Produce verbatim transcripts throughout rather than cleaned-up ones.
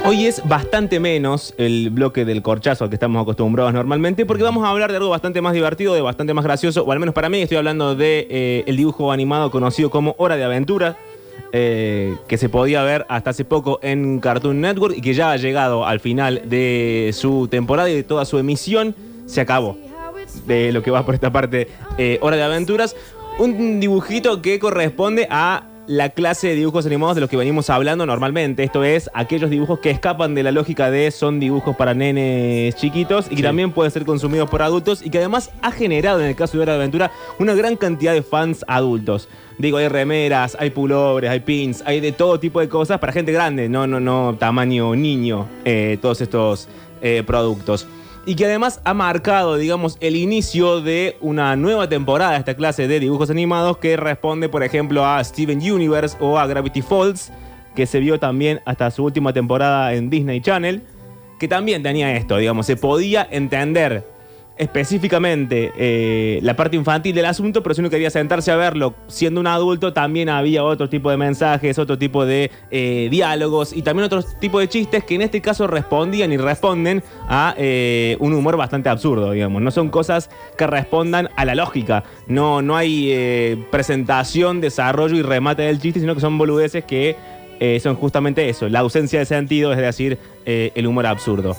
Hoy es bastante menos el bloque del corchazo al que estamos acostumbrados normalmente, porque vamos a hablar de algo bastante más divertido, de bastante más gracioso, o al menos para mí. Estoy hablando de eh, el dibujo animado conocido como Hora de Aventura, eh, que se podía ver hasta hace poco en Cartoon Network y que ya ha llegado al final de su temporada y de toda su emisión. Se acabó de lo que va por esta parte, eh, Hora de Aventuras. Un dibujito que corresponde a la clase de dibujos animados de los que venimos hablando normalmente. Esto es, aquellos dibujos que escapan de la lógica de son dibujos para nenes chiquitos y que sí, también pueden ser consumidos por adultos, y que además ha generado, en el caso de Hora de Aventura, una gran cantidad de fans adultos. Digo, hay remeras, hay pullovers, hay pins, hay de todo tipo de cosas para gente grande, no, no, no, tamaño niño, eh, todos estos eh, productos. Y que además ha marcado, digamos, el inicio de una nueva temporada de esta clase de dibujos animados, que responde, por ejemplo, a Steven Universe o a Gravity Falls, que se vio también hasta su última temporada en Disney Channel, que también tenía esto, digamos, se podía entender específicamente eh, la parte infantil del asunto, pero si uno quería sentarse a verlo siendo un adulto, también había otro tipo de mensajes, otro tipo de eh, diálogos y también otro tipo de chistes que en este caso respondían y responden a eh, un humor bastante absurdo, digamos. No son cosas que respondan a la lógica, no, no hay eh, presentación, desarrollo y remate del chiste, sino que son boludeces que eh, son justamente eso, la ausencia de sentido, es decir, eh, el humor absurdo.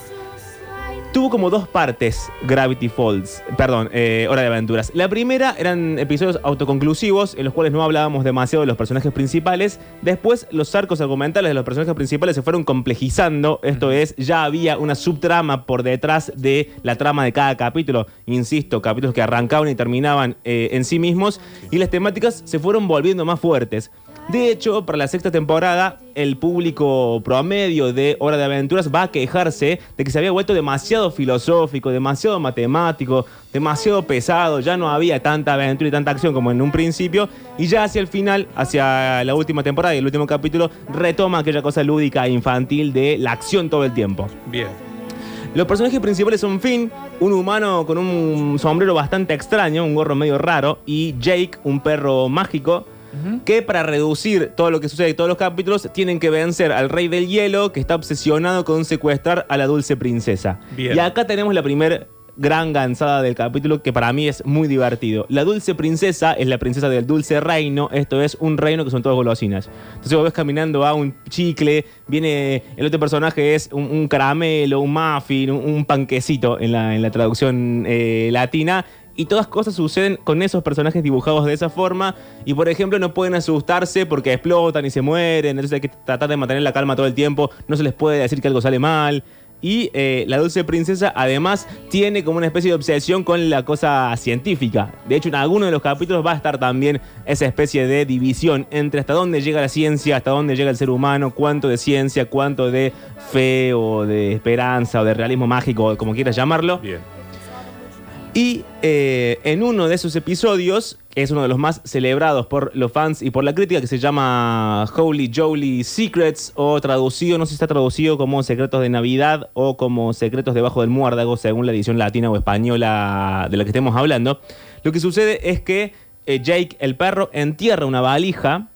Tuvo como dos partes Gravity Falls, perdón, eh, Hora de Aventuras. La primera eran episodios autoconclusivos en los cuales no hablábamos demasiado de los personajes principales. Después los arcos argumentales de los personajes principales se fueron complejizando. Esto es, ya había una subtrama por detrás de la trama de cada capítulo. Insisto, capítulos que arrancaban y terminaban eh, en sí mismos. Y las temáticas se fueron volviendo más fuertes. De hecho, para la sexta temporada, el público promedio de Hora de Aventuras va a quejarse de que se había vuelto demasiado filosófico, demasiado matemático, demasiado pesado. Ya no había tanta aventura y tanta acción como en un principio. Y ya hacia el final, hacia la última temporada y el último capítulo, retoma aquella cosa lúdica e infantil de la acción todo el tiempo. Bien. Los personajes principales son Finn, un humano con un sombrero bastante extraño, un gorro medio raro, y Jake, un perro mágico, que para reducir todo lo que sucede en todos los capítulos tienen que vencer al Rey del Hielo, que está obsesionado con secuestrar a la dulce princesa. Bien. Y acá tenemos la primera gran gansada del capítulo, que para mí es muy divertido. La dulce princesa es la princesa del dulce reino. Esto es un reino que son todos golosinas. Entonces vos ves caminando a un chicle, viene el otro personaje, es un, un caramelo, un muffin, un, un panquecito en la, en la traducción eh, latina. Y todas cosas suceden con esos personajes dibujados de esa forma. Y por ejemplo, no pueden asustarse porque explotan y se mueren. Entonces hay que tratar de mantener la calma todo el tiempo. No se les puede decir que algo sale mal. Y eh, la dulce princesa además tiene como una especie de obsesión con la cosa científica. De hecho, en alguno de los capítulos va a estar también esa especie de división entre hasta dónde llega la ciencia, hasta dónde llega el ser humano, cuánto de ciencia, cuánto de fe o de esperanza o de realismo mágico, como quieras llamarlo. Bien. Y eh, en uno de esos episodios, que es uno de los más celebrados por los fans y por la crítica, que se llama Holy Jolly Secrets, o traducido, no sé si está traducido como Secretos de Navidad o como Secretos debajo del muérdago, según la edición latina o española de la que estemos hablando. Lo que sucede es que eh, Jake, el perro, entierra una valija.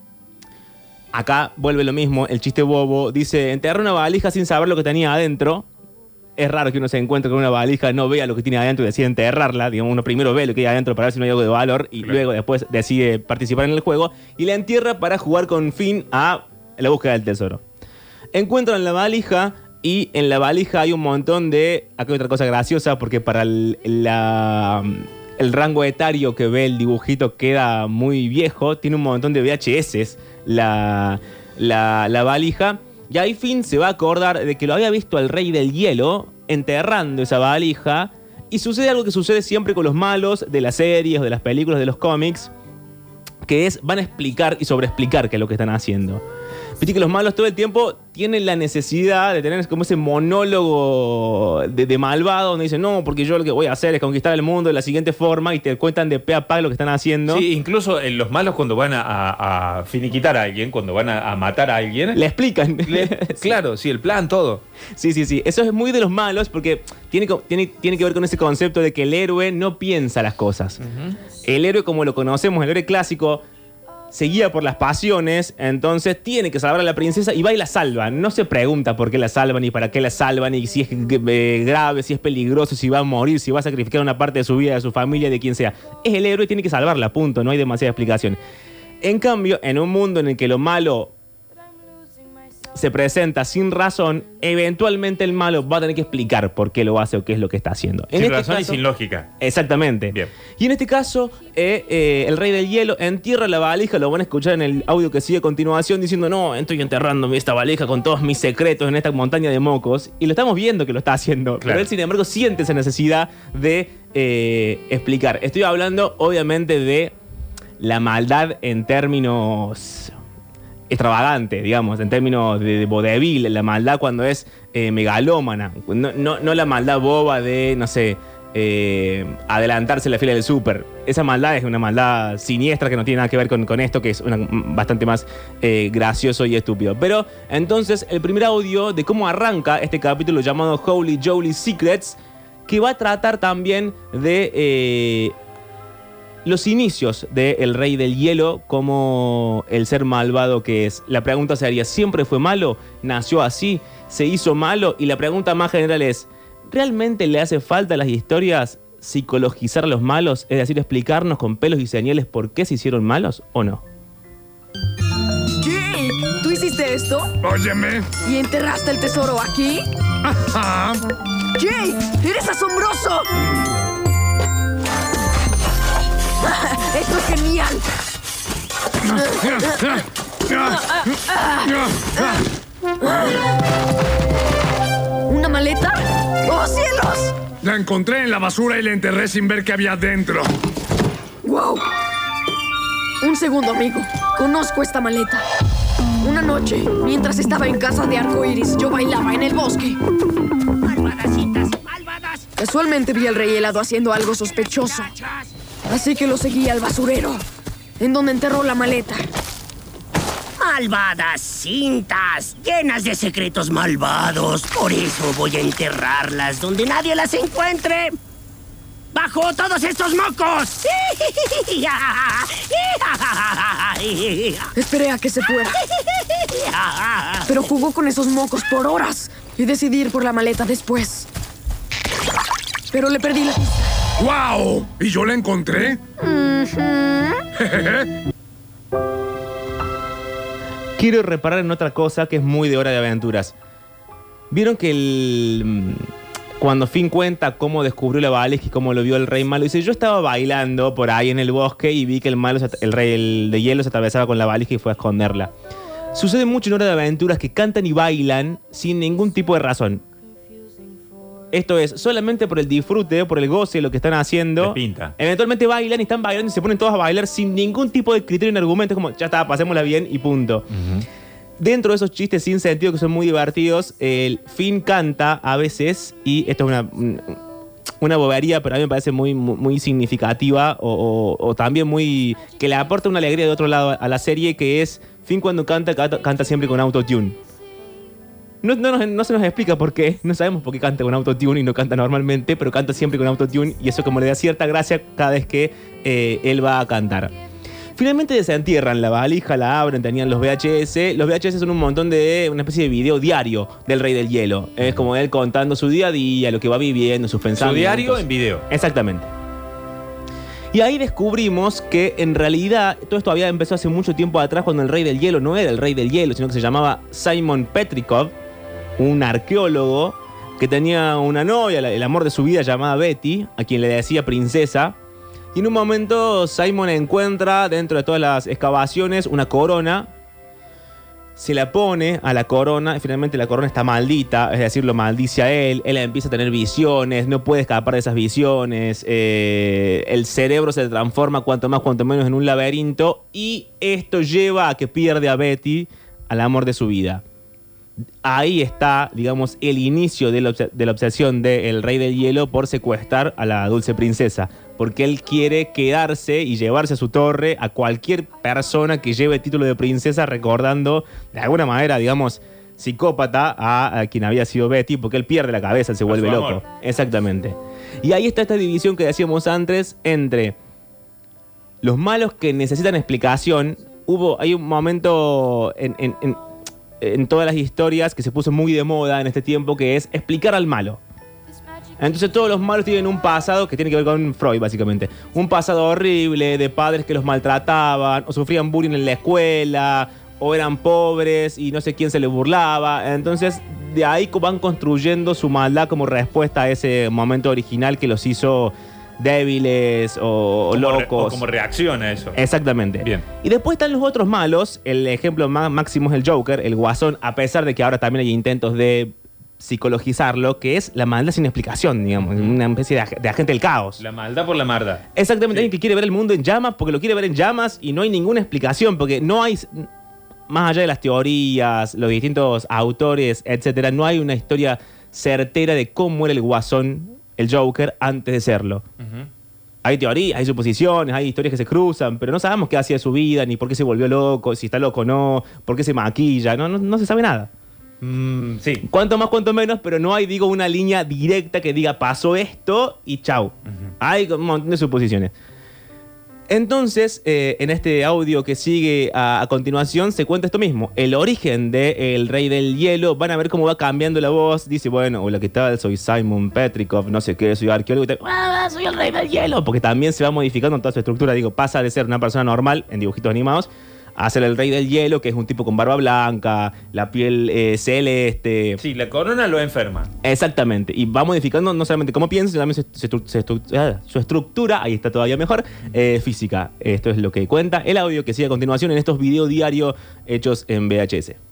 Acá vuelve lo mismo, el chiste bobo. Dice, enterra una valija sin saber lo que tenía adentro. Es raro que uno se encuentre con una valija, no vea lo que tiene adentro y decide enterrarla. Digamos, uno primero ve lo que hay adentro para ver si no hay algo de valor y claro, luego después decide participar en el juego y la entierra para jugar con Finn a la búsqueda del tesoro. Encuentran la valija y en la valija hay un montón de... Acá hay otra cosa graciosa porque para el, la, el rango etario que ve el dibujito queda muy viejo. Tiene un montón de V H S la, la, la valija. Y ahí Finn se va a acordar de que lo había visto al Rey del Hielo enterrando esa valija. Y sucede algo que sucede siempre con los malos de las series, de las películas, de los cómics, que es, van a explicar y sobreexplicar qué es lo que están haciendo. Viste que los malos todo el tiempo tienen la necesidad de tener como ese monólogo de, de malvado donde dicen, no, porque yo lo que voy a hacer es conquistar el mundo de la siguiente forma, y te cuentan de pe a pa lo que están haciendo. Sí, incluso en los malos cuando van a, a, a finiquitar a alguien, cuando van a, a matar a alguien, le explican. Le, claro, sí, el plan, todo. Sí, sí, sí. Eso es muy de los malos porque tiene, tiene, tiene que ver con ese concepto de que el héroe no piensa las cosas. Uh-huh. El héroe como lo conocemos, el héroe clásico, se guía por las pasiones, entonces tiene que salvar a la princesa y va y la salva. No se pregunta por qué la salvan y para qué la salvan y si es eh, grave, si es peligroso, si va a morir, si va a sacrificar una parte de su vida, de su familia, de quien sea. Es el héroe y tiene que salvarla, punto. No hay demasiada explicación. En cambio, en un mundo en el que lo malo se presenta sin razón, eventualmente el malo va a tener que explicar por qué lo hace o qué es lo que está haciendo. En sin este razón caso, y sin lógica. Exactamente. Bien. Y en este caso, eh, eh, el Rey del Hielo entierra la valija. Lo van a escuchar en el audio que sigue a continuación diciendo: no, estoy enterrando esta valija con todos mis secretos en esta montaña de mocos. Y lo estamos viendo que lo está haciendo. Claro. Pero él, sin embargo, siente esa necesidad de eh, explicar. Estoy hablando, obviamente, de la maldad en términos extravagante, digamos, en términos de, de vodevil, la maldad cuando es eh, megalómana, no, no, no la maldad boba de, no sé, eh, adelantarse en la fila del súper. Esa maldad es una maldad siniestra que no tiene nada que ver con, con esto, que es una, bastante más eh, gracioso y estúpido. Pero entonces el primer audio de cómo arranca este capítulo llamado Holy Jolly Secrets, que va a tratar también de Eh, los inicios de El Rey del Hielo como el ser malvado que es. La pregunta sería: ¿siempre fue malo? ¿Nació así? ¿Se hizo malo? Y la pregunta más general es: ¿realmente le hace falta a las historias psicologizar a los malos? Es decir, explicarnos con pelos y señales por qué se hicieron malos o no. Jake, ¿tú hiciste esto? Óyeme. ¿Y enterraste el tesoro aquí? Ajá. Jake, eres asombroso. ¡Esto es genial! ¿Una maleta? ¡Oh, cielos! La encontré en la basura y la enterré sin ver qué había dentro. ¡Wow! Un segundo, amigo. Conozco esta maleta. Una noche, mientras estaba en casa de Arcoiris, yo bailaba en el bosque. ¡Malvadasitas! ¡Malvadas! Casualmente vi al Rey Helado haciendo algo sospechoso. Así que lo seguí al basurero, en donde enterró la maleta. ¡Malvadas cintas! Llenas de secretos malvados. Por eso voy a enterrarlas donde nadie las encuentre. ¡Bajo todos estos mocos! Esperé a que se fuera. Pero jugó con esos mocos por horas y decidí ir por la maleta después. Pero le perdí la pista. ¡Wow! ¿Y yo la encontré? Quiero reparar en otra cosa que es muy de Hora de Aventuras. ¿Vieron que el... cuando Finn cuenta cómo descubrió la valija y cómo lo vio el rey malo? Dice: yo estaba bailando por ahí en el bosque y vi que el malo, el rey el de hielo, se atravesaba con la valija y fue a esconderla. Sucede mucho en Hora de Aventuras que cantan y bailan sin ningún tipo de razón. Esto es solamente por el disfrute, por el goce de lo que están haciendo. De pinta. Eventualmente bailan y están bailando y se ponen todos a bailar sin ningún tipo de criterio ni argumento. Es como: ya está, pasémosla bien y punto. Uh-huh. Dentro de esos chistes sin sentido que son muy divertidos, el Finn canta a veces, y esto es una, una bobería, pero a mí me parece muy, muy, muy significativa o, o, o también muy... que le aporta una alegría de otro lado a la serie, que es Finn cuando canta, canta, canta siempre con autotune. No, no, no, no se nos explica por qué, no sabemos por qué canta con autotune y no canta normalmente, pero canta siempre con autotune y eso como le da cierta gracia cada vez que eh, él va a cantar. Finalmente desentierran la valija, la abren, tenían los V H S. Los V H S son un montón de... una especie de video diario del Rey del Hielo. Es como él contando su día a día, lo que va viviendo, sus pensamientos. Su diario en video. Exactamente. Y ahí descubrimos que en realidad todo esto había empezado hace mucho tiempo atrás, cuando el Rey del Hielo no era el Rey del Hielo, sino que se llamaba Simon Petrikov, un arqueólogo que tenía una novia, el amor de su vida, llamada Betty, a quien le decía princesa. Y en un momento Simon encuentra dentro de todas las excavaciones una corona. Se la pone a la corona y finalmente la corona está maldita, es decir, lo maldice a él. Él empieza a tener visiones, no puede escapar de esas visiones. Eh, el cerebro se transforma cuanto más, cuanto menos en un laberinto. Y esto lleva a que pierde a Betty, al amor de su vida. Ahí está, digamos, el inicio de la, obs- de la obsesión del Rey del Hielo por secuestrar a la dulce princesa. Porque él quiere quedarse y llevarse a su torre a cualquier persona que lleve el título de princesa, recordando de alguna manera, digamos, psicópata a, a quien había sido Betty, porque él pierde la cabeza, se vuelve loco. Amor. Exactamente. Y ahí está esta división que decíamos antes entre los malos que necesitan explicación, hubo, hay un momento en, en, en, en todas las historias que se puso muy de moda en este tiempo, que es explicar al malo. Entonces todos los malos tienen un pasado que tiene que ver con Freud, básicamente. Un pasado horrible de padres que los maltrataban, o sufrían bullying en la escuela, o eran pobres y no sé quién se les burlaba. Entonces de ahí van construyendo su maldad como respuesta a ese momento original que los hizo débiles o, o locos. Re, o como reacción a eso. Exactamente. Bien. Y después están los otros malos. El ejemplo más máximo es el Joker, el Guasón, a pesar de que ahora también hay intentos de psicologizarlo, que es la maldad sin explicación, digamos, una especie de, de agente del caos. La maldad por la maldad. Exactamente, Sí. alguien que quiere ver el mundo en llamas porque lo quiere ver en llamas y no hay ninguna explicación, porque no hay, más allá de las teorías, los distintos autores, etcétera, no hay una historia certera de cómo era el Guasón, el Joker, antes de serlo. Uh-huh. Hay teorías, hay suposiciones, hay historias que se cruzan, pero no sabemos qué hacía de su vida, ni por qué se volvió loco, si está loco o no, por qué se maquilla, no, no, no se sabe nada. Mm, sí. Cuanto más, cuanto menos, pero no hay, digo, una línea directa que diga pasó esto y chau. Uh-huh. Hay un montón de suposiciones. Entonces, eh, en este audio que sigue a, a continuación, se cuenta esto mismo. El origen del Rey del Hielo. Van a ver cómo va cambiando la voz. Dice, bueno, hola, ¿qué tal? Soy Simon Petrikov, no sé qué, soy arqueólogo. Y tal. ¡Ah, soy el Rey del Hielo! Porque también se va modificando en toda su estructura. Digo, pasa de ser una persona normal en dibujitos animados a ser el Rey del Hielo, que es un tipo con barba blanca, la piel eh, celeste. Sí, la corona lo enferma. Exactamente. Y va modificando no solamente cómo piensa, sino también su, su, su, su, su estructura, ahí está todavía mejor, eh, física. Esto es lo que cuenta el audio que sigue a continuación en estos videos diarios hechos en V H S.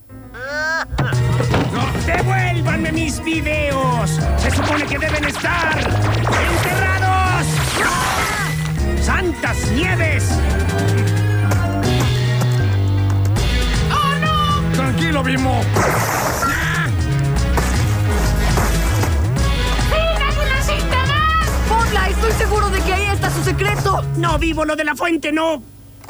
¡Devuélvanme mis videos! ¡Se supone que deben estar enterrados! ¡Ah! ¡Santas nieves! Tranquilo, Bimo. ¡Una cinta más! ¡Ponla! Estoy seguro de que ahí está su secreto. No, Vivo, lo de la fuente, no.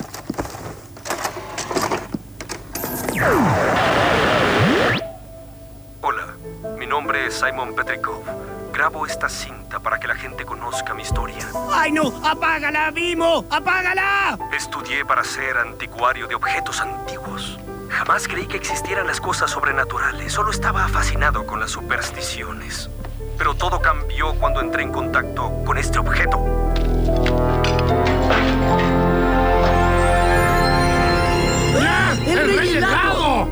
Hola, mi nombre es Simon Petrikov. Grabo esta cinta para que la gente conozca mi historia. ¡Ay, no! ¡Apágala, Vimo! ¡Apágala! Estudié para ser anticuario de objetos antiguos. Jamás creí que existieran las cosas sobrenaturales. Solo estaba fascinado con las supersticiones. Pero todo cambió cuando entré en contacto con este objeto. ¡Ya! ¡El, ¡El rey rey helado!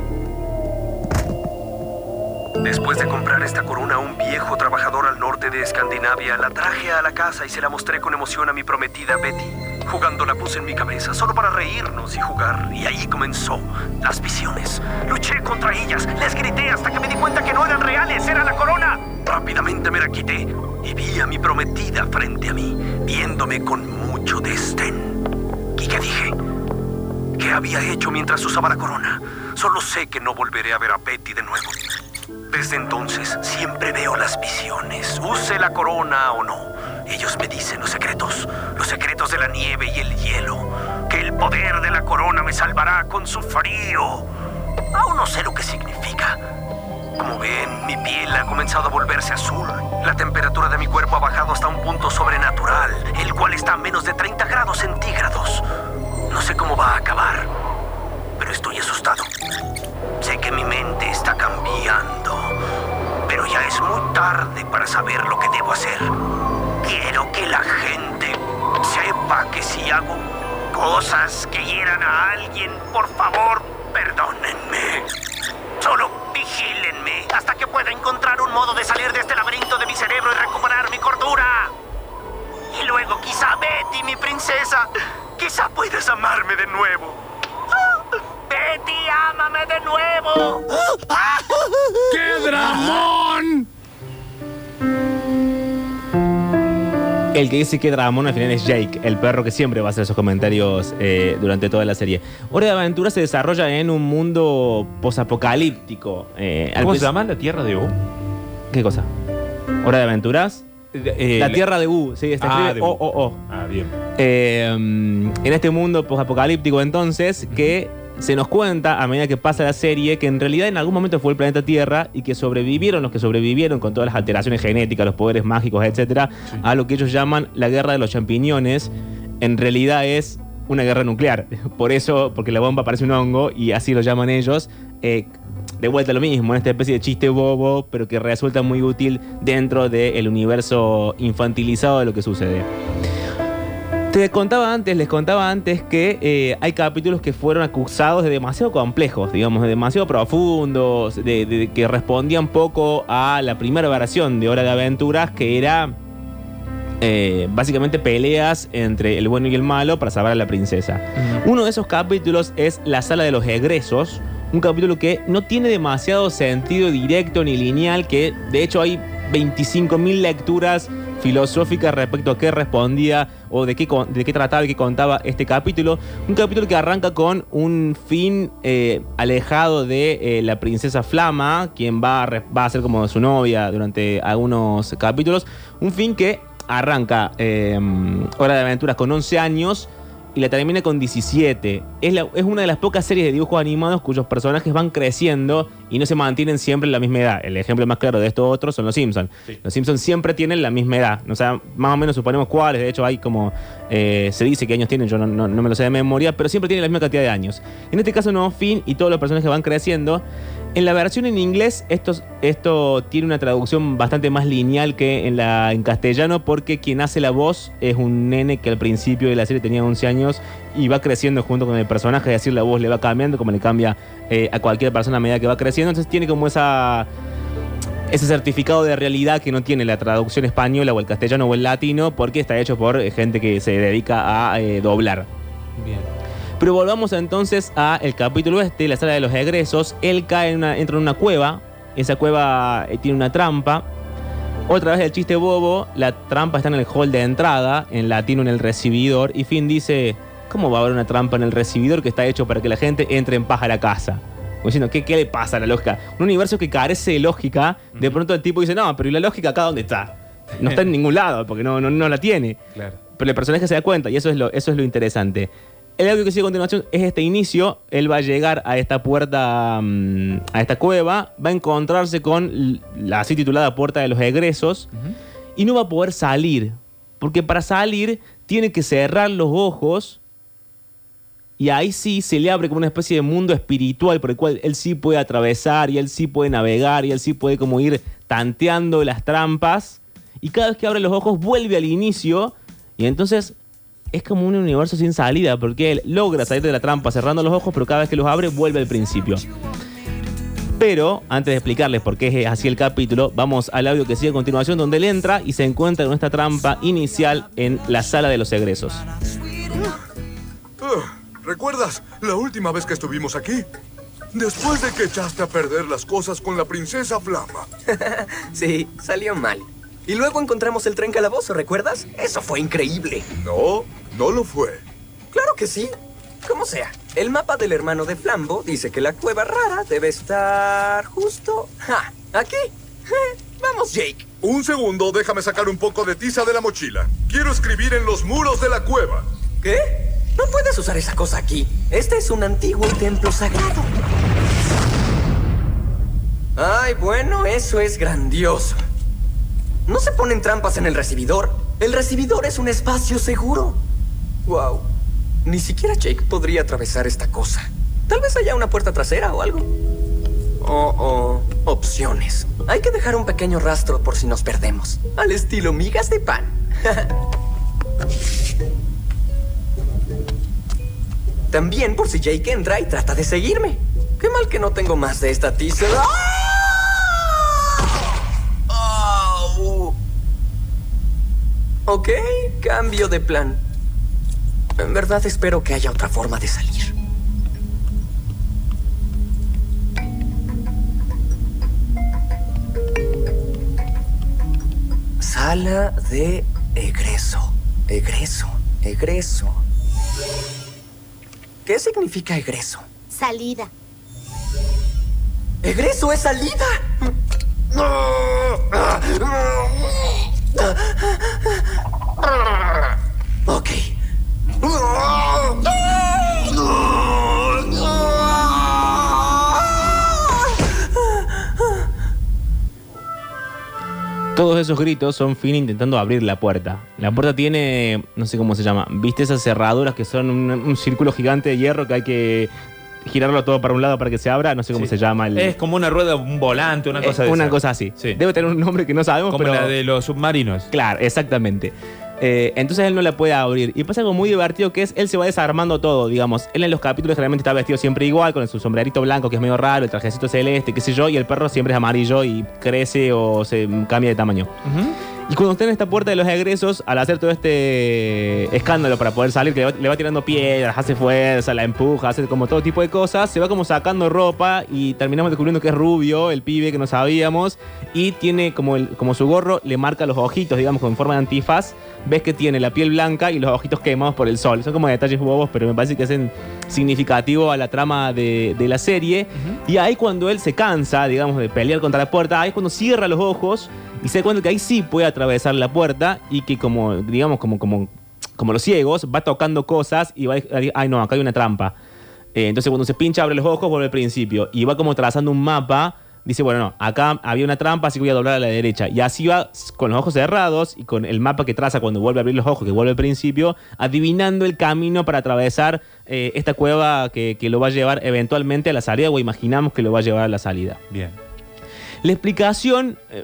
Después de comprar esta corona a un viejo trabajador al norte de Escandinavia, la traje a la casa y se la mostré con emoción a mi prometida Betty. Jugando la puse en mi cabeza, solo para reírnos y jugar. Y ahí comenzó. Las visiones. Luché contra ellas, les grité hasta que me di cuenta que no eran reales, era la corona. Rápidamente me la quité y vi a mi prometida frente a mí, viéndome con mucho desdén. ¿Y qué dije? ¿Qué había hecho mientras usaba la corona? Solo sé que no volveré a ver a Betty de nuevo. Desde entonces, siempre veo las visiones, use la corona o no. Ellos me dicen los secretos, los secretos de la nieve y el hielo, que el poder de la corona me salvará con su frío. Aún no sé lo que significa. Como ven, mi piel ha comenzado a volverse azul. La temperatura de mi cuerpo ha bajado hasta un punto sobrenatural, el cual está a menos de treinta grados centígrados. No sé cómo va a acabar, pero estoy asustado. Sé que mi mente está cambiando, pero ya es muy tarde para saber lo que debo hacer. Quiero que la gente sepa que si hago cosas que hieran a alguien, por favor, perdónenme. Solo vigílenme hasta que pueda encontrar un modo de salir de este laberinto de mi cerebro y recuperar mi cordura. Y luego quizá Betty, mi princesa, quizá puedas amarme de nuevo. Betty, ámame de nuevo. ¡Qué dramón! El que dice que Dramón al final es Jake, el perro que siempre va a hacer esos comentarios eh, durante toda la serie. Hora de Aventura se desarrolla en un mundo posapocalíptico. Eh, ¿Cómo al se llama? ¿La Tierra de U? ¿Qué cosa? ¿Hora de Aventuras? Eh, la le- Tierra de U, sí, se Ah, escribe de O, U. O, O. Ah, bien. Eh, en este mundo posapocalíptico, entonces, que se nos cuenta a medida que pasa la serie que en realidad en algún momento fue el planeta Tierra y que sobrevivieron los que sobrevivieron con todas las alteraciones genéticas, los poderes mágicos, etcétera, Sí. a lo que ellos llaman la guerra de los champiñones. En realidad es una guerra nuclear. Por eso, porque la bomba parece un hongo y así lo llaman ellos. Eh, de vuelta lo mismo, esta especie de chiste bobo, pero que resulta muy útil dentro del universo infantilizado de lo que sucede. Te contaba antes, les contaba antes que eh, hay capítulos que fueron acusados de demasiado complejos, digamos, de demasiado profundos, de, de, de que respondían poco a la primera versión de Hora de Aventuras, que era eh, básicamente peleas entre el bueno y el malo para salvar a la princesa. Mm. Uno de esos capítulos es La Sala de los Egresos, un capítulo que no tiene demasiado sentido directo ni lineal, que de hecho hay veinticinco mil lecturas filosóficas respecto a qué respondía o de qué, de qué trataba y qué contaba este capítulo. Un capítulo que arranca con un fin eh, alejado de eh, la princesa Flama, quien va a, va a ser como su novia durante algunos capítulos. Un fin que arranca eh, Hora de Aventuras con once años y la termina con diecisiete. Es, la, es una de las pocas series de dibujos animados cuyos personajes van creciendo y no se mantienen siempre en la misma edad. El ejemplo más claro de estos otros son los Simpsons. Sí. Los Simpsons siempre tienen la misma edad. O sea, más o menos suponemos cuáles. De hecho, hay como... Eh, se dice qué años tienen, yo no, no, no me lo sé de memoria, pero siempre tienen la misma cantidad de años. En este caso no, Finn y todos los personajes van creciendo. En la versión en inglés, esto, esto tiene una traducción bastante más lineal que en, la, en castellano, porque quien hace la voz es un nene que al principio de la serie tenía once años y va creciendo junto con el personaje, es decir, la voz le va cambiando como le cambia eh, a cualquier persona a medida que va creciendo. Entonces tiene como esa... ese certificado de realidad que no tiene la traducción española o el castellano o el latino, porque está hecho por gente que se dedica a eh, doblar. Bien. Pero volvamos entonces a el capítulo este, La Sala de los Egresos. Él cae en una, entra en una cueva. Esa cueva eh, tiene una trampa. Otra vez el chiste bobo. La trampa está en el hall de entrada, en latino en el recibidor. Y Finn dice, ¿cómo va a haber una trampa en el recibidor que está hecho para que la gente entre en paz a la casa? Como diciendo, ¿qué, ¿qué le pasa a la lógica? Un universo que carece de lógica. De pronto el tipo dice, no, pero ¿y la lógica acá dónde está? No está en ningún lado, porque no, no, no la tiene. Claro. Pero el personaje se da cuenta y eso es lo, eso es lo interesante. El audio que sigue a continuación es este inicio. Él va a llegar a esta puerta, a esta cueva, va a encontrarse con la así titulada Puerta de los Egresos, uh-huh. y no va a poder salir, porque para salir tiene que cerrar los ojos y ahí sí se le abre como una especie de mundo espiritual por el cual él sí puede atravesar y él sí puede navegar y él sí puede como ir tanteando las trampas, y cada vez que abre los ojos vuelve al inicio y entonces... es como un universo sin salida, porque él logra salir de la trampa cerrando los ojos, pero cada vez que los abre, vuelve al principio. Pero, antes de explicarles por qué es así el capítulo, vamos al audio que sigue a continuación, donde él entra y se encuentra con esta trampa inicial en la Sala de los Egresos. Uh, ¿Recuerdas la última vez que estuvimos aquí? Después de que echaste a perder las cosas con la princesa Flama. Sí, salió mal. Y luego encontramos el tren calabozo, ¿recuerdas? Eso fue increíble. No, no lo fue. Claro que sí. Como sea, el mapa del hermano de Flambo dice que la cueva rara debe estar justo... ¡Ja! ¿Aquí? Vamos, Jake. Un segundo, déjame sacar un poco de tiza de la mochila. Quiero escribir en los muros de la cueva. ¿Qué? No puedes usar esa cosa aquí. Este es un antiguo templo sagrado. Ay, bueno, eso es grandioso. No se ponen trampas en el recibidor. El recibidor es un espacio seguro. Wow. Ni siquiera Jake podría atravesar esta cosa. Tal vez haya una puerta trasera o algo. Oh, oh. Opciones. Hay que dejar un pequeño rastro por si nos perdemos. Al estilo migas de pan. También por si Jake entra y trata de seguirme. Qué mal que no tengo más de esta tiza. ¡Ah! Ok, cambio de plan. En verdad espero que haya otra forma de salir. Sala de egreso. Egreso, egreso. ¿Qué significa egreso? Salida. ¡Egreso es salida! Ok. Todos esos gritos son Finn intentando abrir la puerta. La puerta tiene, no sé cómo se llama, ¿viste esas cerraduras que son un, un círculo gigante de hierro que hay que girarlo todo para un lado para que se abra? No sé cómo Sí. se llama. El, Es como una rueda, un volante, una cosa de una esa. cosa así. Sí. Debe tener un nombre que no sabemos, Como pero... la de los submarinos. Claro, exactamente. Eh, entonces él no la puede abrir. Y pasa algo muy divertido que es, él se va desarmando todo, digamos. Él en los capítulos generalmente está vestido siempre igual, con su sombrerito blanco que es medio raro, el trajecito celeste, qué sé yo, y el perro siempre es amarillo y crece o se cambia de tamaño. Ujú. Y cuando está en esta puerta de los egresos, al hacer todo este escándalo para poder salir, que le va, le va tirando piedras, hace fuerza, la empuja, hace como todo tipo de cosas, se va como sacando ropa y terminamos descubriendo que es rubio, el pibe que no sabíamos, y tiene como, el, como su gorro, le marca los ojitos, digamos, con forma de antifaz. Ves que tiene la piel blanca y los ojitos quemados por el sol. Son como detalles bobos, pero me parece que hacen significativo a la trama de, de la serie. Uh-huh. Y ahí cuando él se cansa, digamos, de pelear contra la puerta, ahí es cuando cierra los ojos y se da cuenta que ahí sí puede atravesar la puerta y que como, digamos, como, como, como los ciegos, va tocando cosas y va a decir, ay no, acá hay una trampa. Eh, entonces cuando se pincha, abre los ojos, vuelve al principio. Y va como trazando un mapa. Dice, bueno, no, acá había una trampa, así que voy a doblar a la derecha. Y así va con los ojos cerrados y con el mapa que traza cuando vuelve a abrir los ojos, que vuelve al principio, adivinando el camino para atravesar eh, esta cueva que, que lo va a llevar eventualmente a la salida, o imaginamos que lo va a llevar a la salida. Bien. La explicación, eh,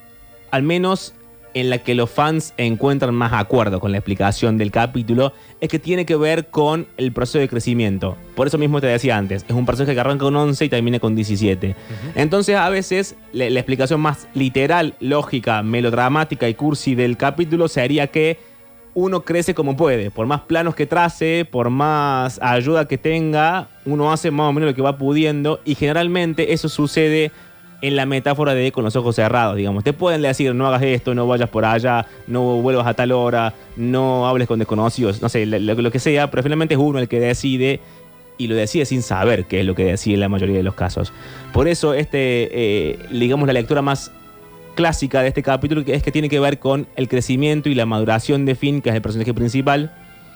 al menos en la que los fans encuentran más acuerdo con la explicación del capítulo, es que tiene que ver con el proceso de crecimiento. Por eso mismo te decía antes, es un personaje que arranca con once y termina con diecisiete. Uh-huh. Entonces a veces la, la explicación más literal, lógica, melodramática y cursi del capítulo sería que uno crece como puede. Por más planos que trace, por más ayuda que tenga, uno hace más o menos lo que va pudiendo, y generalmente eso sucede en la metáfora de con los ojos cerrados, digamos. Te pueden decir, no hagas esto, no vayas por allá, no vuelvas a tal hora, no hables con desconocidos, no sé, lo, lo que sea, pero finalmente es uno el que decide, y lo decide sin saber qué es lo que decide en la mayoría de los casos. Por eso, este, eh, digamos, la lectura más clásica de este capítulo que es que tiene que ver con el crecimiento y la maduración de Finn, que es el personaje principal.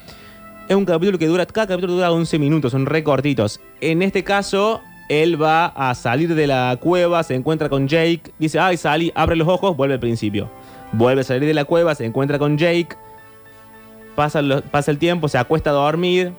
Es un capítulo que dura, cada capítulo dura once minutos, son re cortitos. En este caso, él va a salir de la cueva, se encuentra con Jake, dice, ay, salí, abre los ojos, vuelve al principio. Vuelve a salir de la cueva, se encuentra con Jake, pasa, lo, pasa el tiempo, se acuesta a dormir,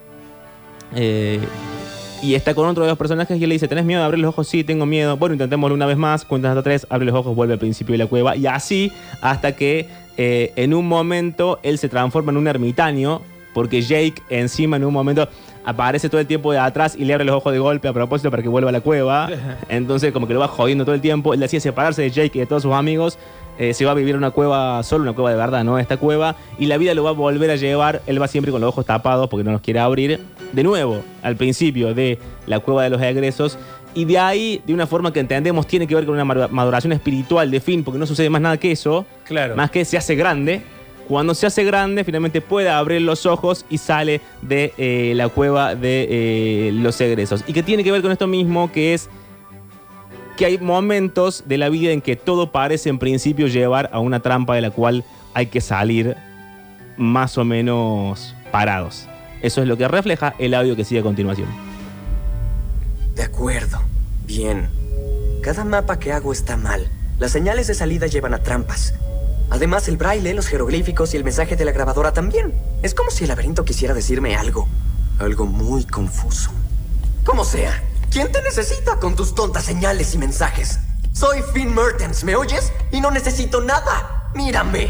eh, y está con otro de los personajes y él le dice, ¿tenés miedo de abrir los ojos? Sí, tengo miedo. Bueno, intentémoslo una vez más, cuentas hasta tres, abre los ojos, vuelve al principio de la cueva, y así hasta que eh, en un momento él se transforma en un ermitaño, porque Jake encima en un momento aparece todo el tiempo de atrás y le abre los ojos de golpe a propósito para que vuelva a la cueva. Entonces como que lo va jodiendo todo el tiempo. Él decide separarse de Jake y de todos sus amigos. Eh, se va a vivir en una cueva, solo una cueva de verdad, no esta cueva. Y la vida lo va a volver a llevar. Él va siempre con los ojos tapados porque no los quiere abrir. De nuevo, al principio de la cueva de los egresos. Y de ahí, de una forma que entendemos, tiene que ver con una maduración espiritual de Finn, porque no sucede más nada que eso. Claro. Más que se hace grande. Cuando se hace grande, finalmente puede abrir los ojos y sale de eh, la cueva de eh, los egresos. Y que tiene que ver con esto mismo, que es que hay momentos de la vida en que todo parece en principio llevar a una trampa de la cual hay que salir más o menos parados. Eso es lo que refleja el audio que sigue a continuación. De acuerdo. Bien. Cada mapa que hago está mal. Las señales de salida llevan a trampas. Además, el braille, los jeroglíficos y el mensaje de la grabadora también. Es como si el laberinto quisiera decirme algo. Algo muy confuso. Como sea, ¿quién te necesita con tus tontas señales y mensajes? Soy Finn Mertens, ¿me oyes? Y no necesito nada. Mírame.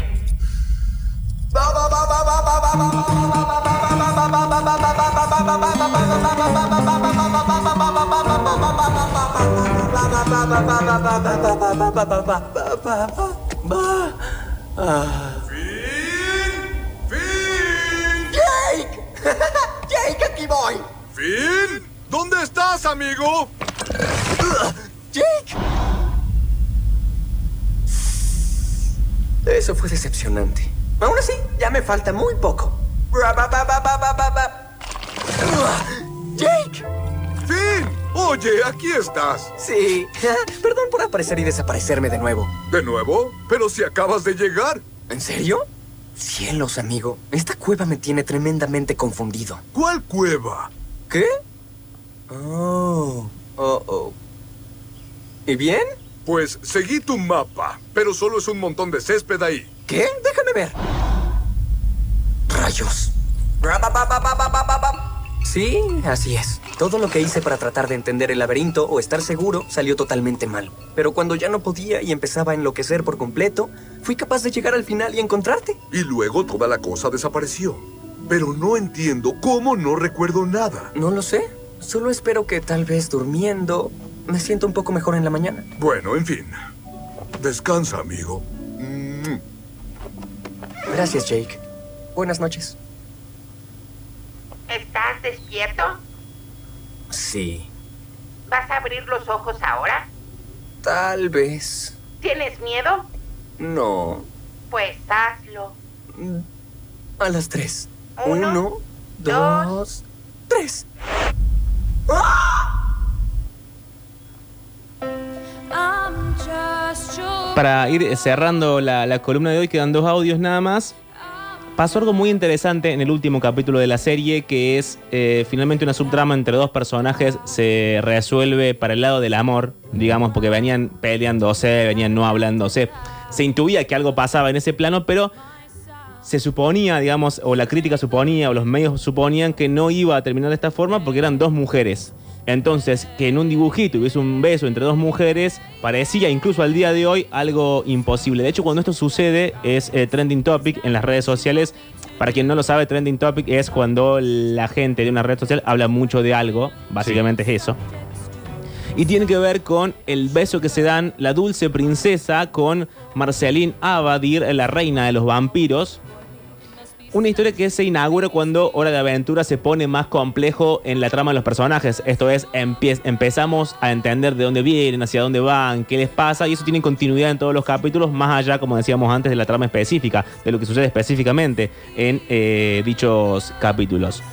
¡Finn! ¡Finn! ¡Jake! ¡Jake, aquí voy! ¡Finn! ¿Dónde estás, amigo? ¡Jake! Eso fue decepcionante. Aún así, ya me falta muy poco. ¡Jake! ¡Finn! Oye, aquí estás. Sí. Perdón por aparecer y desaparecerme de nuevo. ¿De nuevo? Pero si acabas de llegar. ¿En serio? Cielos, amigo. Esta cueva me tiene tremendamente confundido. ¿Cuál cueva? ¿Qué? Oh. Oh, oh. ¿Y bien? Pues seguí tu mapa, pero solo es un montón de césped ahí. ¿Qué? Déjame ver. Rayos. Sí, así es. Todo lo que hice para tratar de entender el laberinto o estar seguro salió totalmente mal. Pero cuando ya no podía y empezaba a enloquecer por completo, fui capaz de llegar al final y encontrarte. Y luego toda la cosa desapareció. Pero no entiendo cómo no recuerdo nada. No lo sé. Solo espero que tal vez durmiendo me siento un poco mejor en la mañana. Bueno, en fin. Descansa, amigo. Mm. Gracias, Jake. Buenas noches. ¿Estás despierto? Sí. ¿Vas a abrir los ojos ahora? Tal vez. ¿Tienes miedo? No. Pues hazlo. A las tres. Uno, Uno, dos, dos, tres. Para ir cerrando la, la columna de hoy, quedan dos audios nada más. Pasó algo muy interesante en el último capítulo de la serie, que es eh, finalmente una subtrama entre dos personajes se resuelve para el lado del amor, digamos, porque venían peleándose, venían no hablándose. Se intuía que algo pasaba en ese plano, pero se suponía, digamos, o la crítica suponía, o los medios suponían que no iba a terminar de esta forma porque eran dos mujeres. Entonces, que en un dibujito hubiese un beso entre dos mujeres parecía, incluso al día de hoy, algo imposible. De hecho, cuando esto sucede, es eh, trending topic en las redes sociales. Para quien no lo sabe, trending topic es cuando la gente de una red social habla mucho de algo. Básicamente sí. Es eso. Y tiene que ver con el beso que se dan la dulce princesa con Marceline Avadir, la reina de los vampiros. Una historia que se inaugura cuando Hora de Aventura se pone más complejo en la trama de los personajes. Esto es, empie- empezamos a entender de dónde vienen, hacia dónde van, qué les pasa, y eso tiene continuidad en todos los capítulos, más allá, como decíamos antes, de la trama específica, de lo que sucede específicamente en eh, dichos capítulos.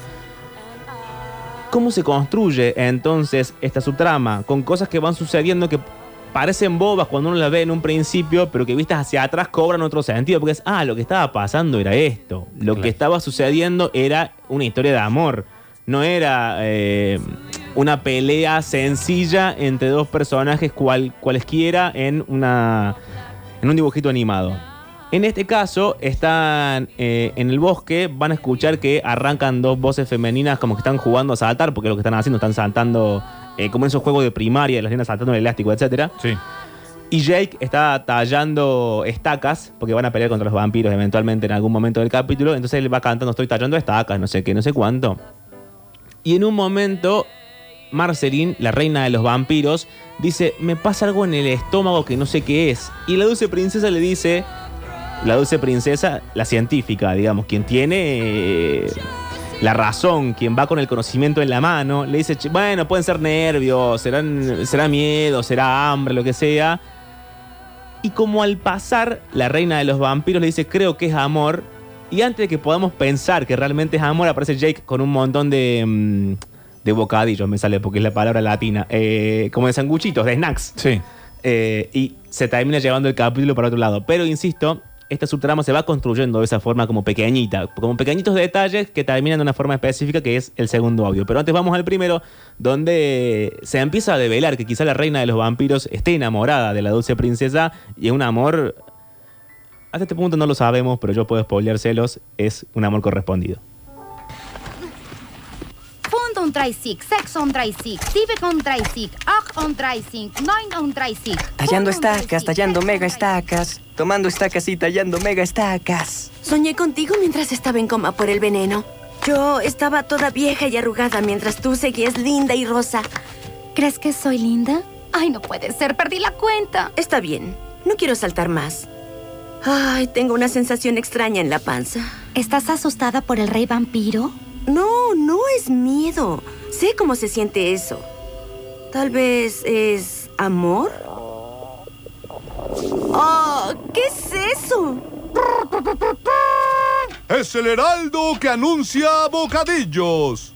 ¿Cómo se construye entonces esta subtrama? Con cosas que van sucediendo que parecen bobas cuando uno las ve en un principio, pero que vistas hacia atrás cobran otro sentido, porque es, ah, lo que estaba pasando era esto. Lo claro. que estaba sucediendo era una historia de amor. No era eh, una pelea sencilla entre dos personajes cual, cualesquiera en, una, en un dibujito animado. En este caso, están eh, en el bosque, van a escuchar que arrancan dos voces femeninas como que están jugando a saltar, porque lo que están haciendo, están saltando eh, como en esos juegos de primaria, las nenas saltando el elástico, etcétera. Sí. Y Jake está tallando estacas, porque van a pelear contra los vampiros eventualmente en algún momento del capítulo. Entonces él va cantando, estoy tallando estacas, no sé qué, no sé cuánto. Y en un momento, Marceline, la reina de los vampiros, dice, me pasa algo en el estómago que no sé qué es. Y la dulce princesa le dice... La dulce princesa, la científica, digamos, quien tiene eh, la razón, quien va con el conocimiento en la mano, le dice, bueno, pueden ser nervios, serán, será miedo, será hambre, lo que sea. Y como al pasar, la reina de los vampiros le dice, creo que es amor. Y antes de que podamos pensar que realmente es amor, aparece Jake con un montón de, mm, de bocadillos, me sale porque es la palabra latina, eh, como de sanguchitos, de snacks. Sí. Eh, y se termina llevando el capítulo para otro lado. Pero insisto, esta subtrama se va construyendo de esa forma como pequeñita, como pequeñitos detalles que terminan de una forma específica, que es el segundo audio. Pero antes vamos al primero, donde se empieza a develar que quizá la reina de los vampiros esté enamorada de la dulce princesa, y es un amor, hasta este punto no lo sabemos, pero yo puedo spoileárselos, es un amor correspondido. On dreißig, sechs on dreißig, sieben on dreißig, acht on dreißig, neun on dreißig. Tallando estacas, tallando mega estacas, tomando estacas y tallando mega estacas. Soñé contigo mientras estaba en coma por el veneno. Yo estaba toda vieja y arrugada mientras tú seguías linda y rosa. ¿Crees que soy linda? Ay, no puede ser, perdí la cuenta. Está bien, no quiero saltar más. Ay, tengo una sensación extraña en la panza. ¿Estás asustada por el rey vampiro? No, no es miedo. Sé cómo se siente eso. Tal vez es amor. ¡Oh! ¿Qué es eso? Es el heraldo que anuncia bocadillos.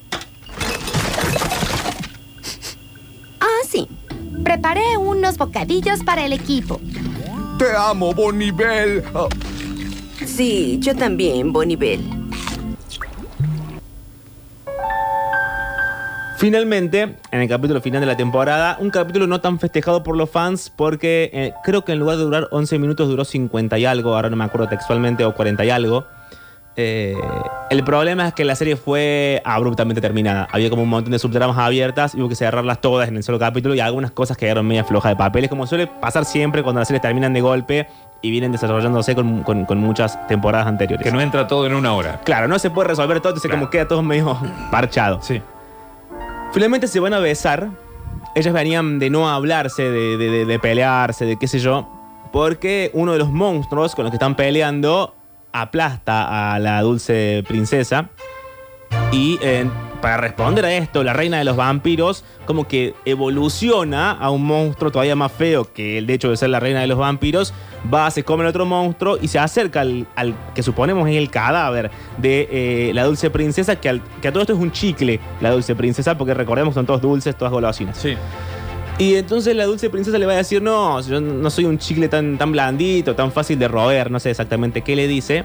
Ah, sí. Preparé unos bocadillos para el equipo. Te amo, Bonibel. Oh. Sí, yo también, Bonibel. Finalmente, en el capítulo final de la temporada, un capítulo no tan festejado por los fans porque eh, creo que en lugar de durar once minutos duró cincuenta y algo, ahora no me acuerdo textualmente, o cuarenta y algo. Eh, el problema es que la serie fue abruptamente terminada. Había como un montón de subtramas abiertas y hubo que cerrarlas todas en el solo capítulo y algunas cosas quedaron media flojas de papeles, como suele pasar siempre cuando las series terminan de golpe y vienen desarrollándose con, con, con muchas temporadas anteriores. Que no entra todo en una hora. Claro, no se puede resolver todo, entonces claro. como queda todo medio parchado. Sí. Finalmente se van a besar. Ellas venían de no hablarse, de, de, de, de pelearse, de qué sé yo, porque uno de los monstruos con los que están peleando aplasta a la dulce princesa. Y eh, para responder a esto, la reina de los vampiros como que evoluciona a un monstruo todavía más feo que el de hecho de ser la reina de los vampiros. Va, se come el otro monstruo y se acerca al, al que suponemos es el cadáver de eh, la dulce princesa, que, al, que a todo esto es un chicle, la dulce princesa, porque recordemos que son todos dulces, todas golosinas. Sí. Y entonces la dulce princesa le va a decir, no, yo no soy un chicle tan, tan blandito, tan fácil de roer, no sé exactamente qué le dice.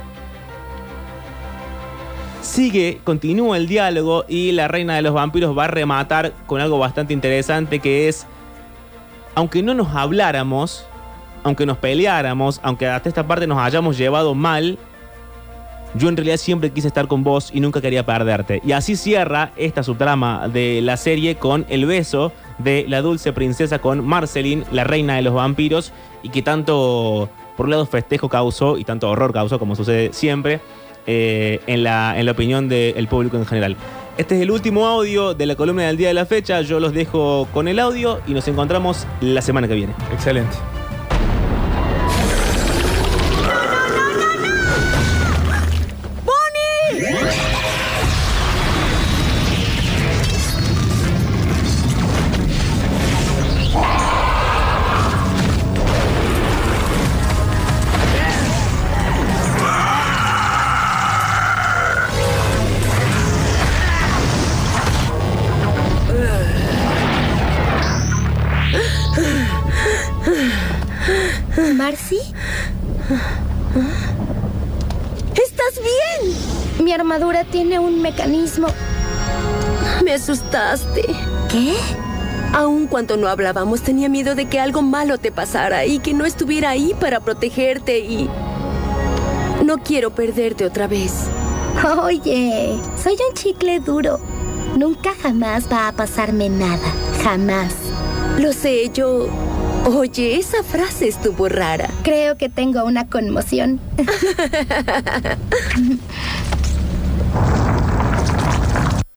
Sigue, continúa el diálogo y la reina de los vampiros va a rematar con algo bastante interesante, que es, aunque no nos habláramos, aunque nos peleáramos, aunque hasta esta parte nos hayamos llevado mal, yo en realidad siempre quise estar con vos y nunca quería perderte. Y así cierra esta subtrama de la serie con el beso de la dulce princesa con Marceline, la reina de los vampiros, y que tanto, por un lado, festejo causó y tanto horror causó, como sucede siempre, eh, en, la, en la opinión del público en general. Este es el último audio de la columna del día de la fecha. Yo los dejo con el audio y nos encontramos la semana que viene. Excelente. ¿Marcy? ¿Estás bien? Mi armadura tiene un mecanismo. Me asustaste. ¿Qué? Aun cuando no hablábamos, tenía miedo de que algo malo te pasara y que no estuviera ahí para protegerte y... no quiero perderte otra vez. Oye, soy un chicle duro. Nunca jamás va a pasarme nada. Jamás. Lo sé, yo... Oye, esa frase estuvo rara. Creo que tengo una conmoción.